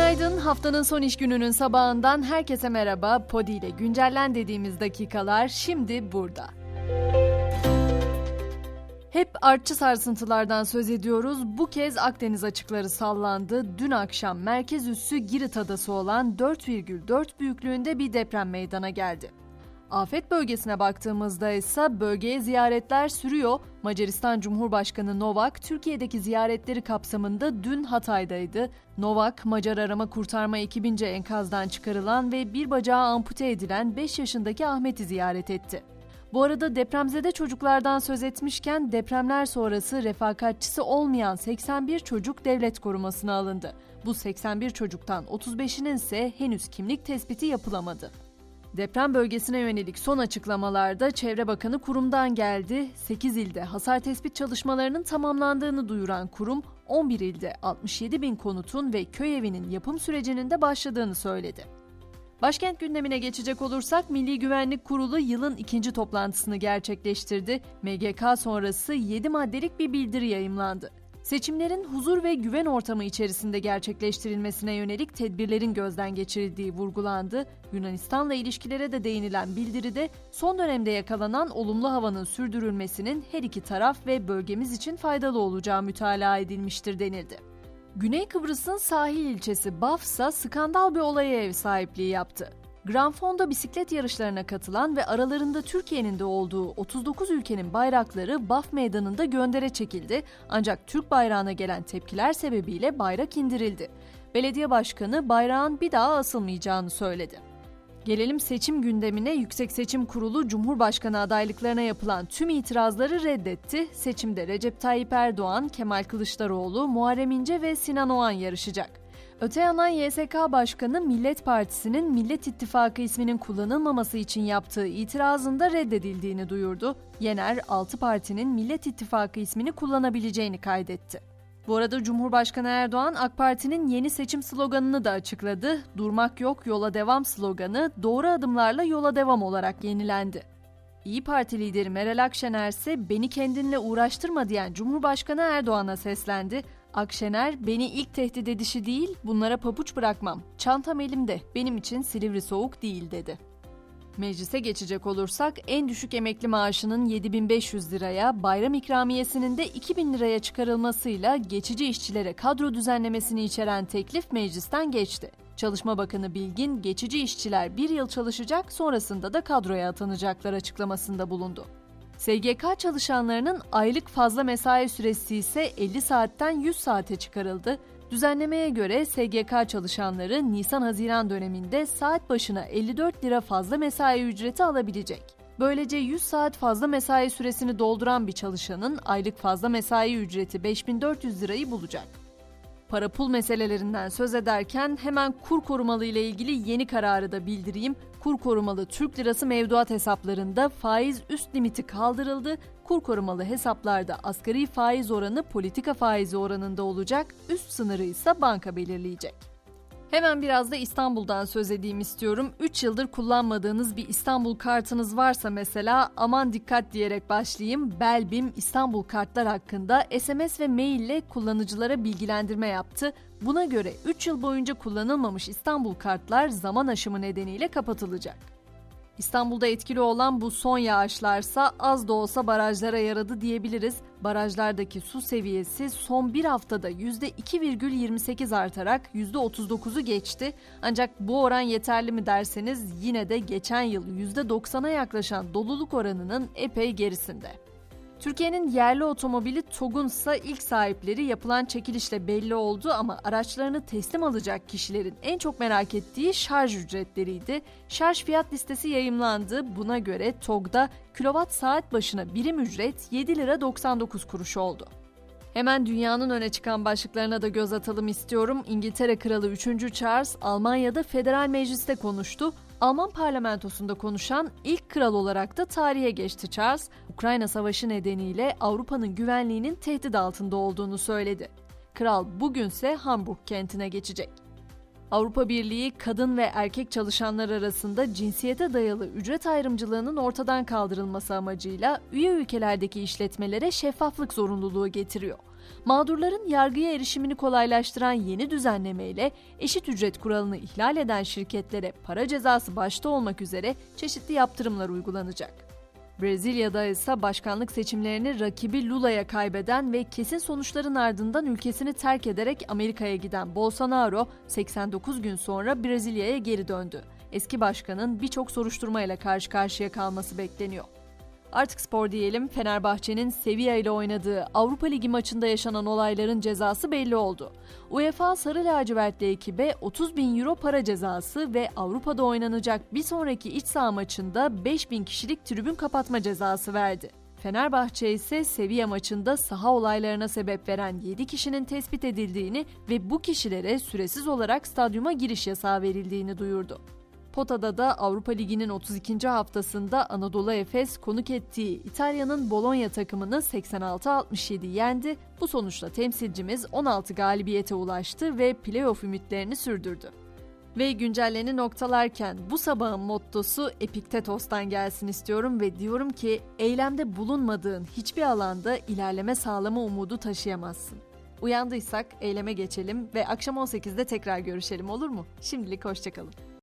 Günaydın, haftanın son iş gününün sabahından herkese merhaba. Podi ile güncellen dediğimiz dakikalar şimdi burada. Hep artçı sarsıntılardan söz ediyoruz. Bu kez Akdeniz açıkları sallandı. Dün akşam merkez üssü Girit adası olan 4,4 büyüklüğünde bir deprem meydana geldi. Afet bölgesine baktığımızda ise bölgeye ziyaretler sürüyor. Macaristan Cumhurbaşkanı Novak, Türkiye'deki ziyaretleri kapsamında dün Hatay'daydı. Novak, Macar arama kurtarma ekibince enkazdan çıkarılan ve bir bacağı ampute edilen 5 yaşındaki Ahmet'i ziyaret etti. Bu arada depremzede çocuklardan söz etmişken depremler sonrası refakatçisi olmayan 81 çocuk devlet korumasına alındı. Bu 81 çocuktan 35'inin ise henüz kimlik tespiti yapılamadı. Deprem bölgesine yönelik son açıklamalarda Çevre Bakanı kurumdan geldi. 8 ilde hasar tespit çalışmalarının tamamlandığını duyuran kurum, 11 ilde 67 bin konutun ve köy evinin yapım sürecinin de başladığını söyledi. Başkent gündemine geçecek olursak Milli Güvenlik Kurulu yılın ikinci toplantısını gerçekleştirdi. MGK sonrası 7 maddelik bir bildiri yayımlandı. Seçimlerin huzur ve güven ortamı içerisinde gerçekleştirilmesine yönelik tedbirlerin gözden geçirildiği vurgulandı. Yunanistan'la ilişkilere de değinilen bildiride son dönemde yakalanan olumlu havanın sürdürülmesinin her iki taraf ve bölgemiz için faydalı olacağı mütalaa edilmiştir denildi. Güney Kıbrıs'ın sahil ilçesi Bafsa skandal bir olaya ev sahipliği yaptı. Granfon'da bisiklet yarışlarına katılan ve aralarında Türkiye'nin de olduğu 39 ülkenin bayrakları Baf Meydanı'nda göndere çekildi, ancak Türk bayrağına gelen tepkiler sebebiyle bayrak indirildi. Belediye başkanı bayrağın bir daha asılmayacağını söyledi. Gelelim seçim gündemine. Yüksek Seçim Kurulu Cumhurbaşkanı adaylıklarına yapılan tüm itirazları reddetti. Seçimde Recep Tayyip Erdoğan, Kemal Kılıçdaroğlu, Muharrem İnce ve Sinan Oğan yarışacak. Öte yandan YSK Başkanı Millet Partisi'nin Millet İttifakı isminin kullanılmaması için yaptığı itirazın da reddedildiğini duyurdu. Yener, 6 partinin Millet İttifakı ismini kullanabileceğini kaydetti. Bu arada Cumhurbaşkanı Erdoğan, AK Parti'nin yeni seçim sloganını da açıkladı. Durmak yok, yola devam sloganı doğru adımlarla yola devam olarak yenilendi. İYİ Parti lideri Meral Akşener ise beni kendinle uğraştırma diyen Cumhurbaşkanı Erdoğan'a seslendi. Akşener, beni ilk tehdit edişi değil, bunlara pabuç bırakmam. Çantam elimde, benim için Silivri soğuk değil dedi. Meclise geçecek olursak en düşük emekli maaşının 7.500 liraya, bayram ikramiyesinin de 2.000 liraya çıkarılmasıyla geçici işçilere kadro düzenlemesini içeren teklif meclisten geçti. Çalışma Bakanı Bilgin, geçici işçiler 1 yıl çalışacak, sonrasında da kadroya atanacaklar açıklamasında bulundu. SGK çalışanlarının aylık fazla mesai süresi ise 50 saatten 100 saate çıkarıldı. Düzenlemeye göre SGK çalışanları Nisan-Haziran döneminde saat başına 54 lira fazla mesai ücreti alabilecek. Böylece 100 saat fazla mesai süresini dolduran bir çalışanın aylık fazla mesai ücreti 5.400 lirayı bulacak. Para pul meselelerinden söz ederken hemen kur korumalı ile ilgili yeni kararı da bildireyim. Kur korumalı Türk lirası mevduat hesaplarında faiz üst limiti kaldırıldı. Kur korumalı hesaplarda asgari faiz oranı politika faizi oranında olacak, üst sınırı ise banka belirleyecek. Hemen biraz da İstanbul'dan söz edeyim istiyorum. 3 yıldır kullanmadığınız bir İstanbul kartınız varsa mesela aman dikkat diyerek başlayayım. Belbim İstanbul kartlar hakkında SMS ve mail ile kullanıcılara bilgilendirme yaptı. Buna göre 3 yıl boyunca kullanılmamış İstanbul kartlar zaman aşımı nedeniyle kapatılacak. İstanbul'da etkili olan bu son yağışlarsa az da olsa barajlara yaradı diyebiliriz. Barajlardaki su seviyesi son bir haftada %2,28 artarak %39'u geçti. Ancak bu oran yeterli mi derseniz yine de geçen yıl %90'a yaklaşan doluluk oranının epey gerisinde. Türkiye'nin yerli otomobili TOGG'un ise ilk sahipleri yapılan çekilişle belli oldu ama araçlarını teslim alacak kişilerin en çok merak ettiği şarj ücretleriydi. Şarj fiyat listesi yayımlandı. Buna göre TOGG'da kilowatt saat başına birim ücret 7 lira 99 kuruş oldu. Hemen dünyanın öne çıkan başlıklarına da göz atalım istiyorum. İngiltere Kralı 3. Charles Almanya'da Federal Meclis'te konuştu. Alman parlamentosunda konuşan ilk kral olarak da tarihe geçti Charles. Ukrayna Savaşı nedeniyle Avrupa'nın güvenliğinin tehdit altında olduğunu söyledi. Kral bugünse Hamburg kentine geçecek. Avrupa Birliği, kadın ve erkek çalışanlar arasında cinsiyete dayalı ücret ayrımcılığının ortadan kaldırılması amacıyla üye ülkelerdeki işletmelere şeffaflık zorunluluğu getiriyor. Mağdurların yargıya erişimini kolaylaştıran yeni düzenlemeyle eşit ücret kuralını ihlal eden şirketlere para cezası başta olmak üzere çeşitli yaptırımlar uygulanacak. Brezilya'da ise başkanlık seçimlerini rakibi Lula'ya kaybeden ve kesin sonuçların ardından ülkesini terk ederek Amerika'ya giden Bolsonaro 89 gün sonra Brezilya'ya geri döndü. Eski başkanın birçok soruşturmayla karşı karşıya kalması bekleniyor. Artık spor diyelim. Fenerbahçe'nin Sevilla ile oynadığı Avrupa Ligi maçında yaşanan olayların cezası belli oldu. UEFA sarı lacivertli ekibe 30.000 euro para cezası ve Avrupa'da oynanacak bir sonraki iç saha maçında 5.000 kişilik tribün kapatma cezası verdi. Fenerbahçe ise Sevilla maçında saha olaylarına sebep veren 7 kişinin tespit edildiğini ve bu kişilere süresiz olarak stadyuma giriş yasağı verildiğini duyurdu. Pota'da da Avrupa Ligi'nin 32. haftasında Anadolu Efes konuk ettiği İtalya'nın Bologna takımını 86-67 yendi. Bu sonuçla temsilcimiz 16 galibiyete ulaştı ve playoff ümitlerini sürdürdü. Ve güncelleni noktalarken bu sabahın mottosu Epiktetos'tan gelsin istiyorum ve diyorum ki eylemde bulunmadığın hiçbir alanda ilerleme sağlama umudu taşıyamazsın. Uyandıysak eyleme geçelim ve akşam 18'de tekrar görüşelim, olur mu? Şimdilik hoşça kalın.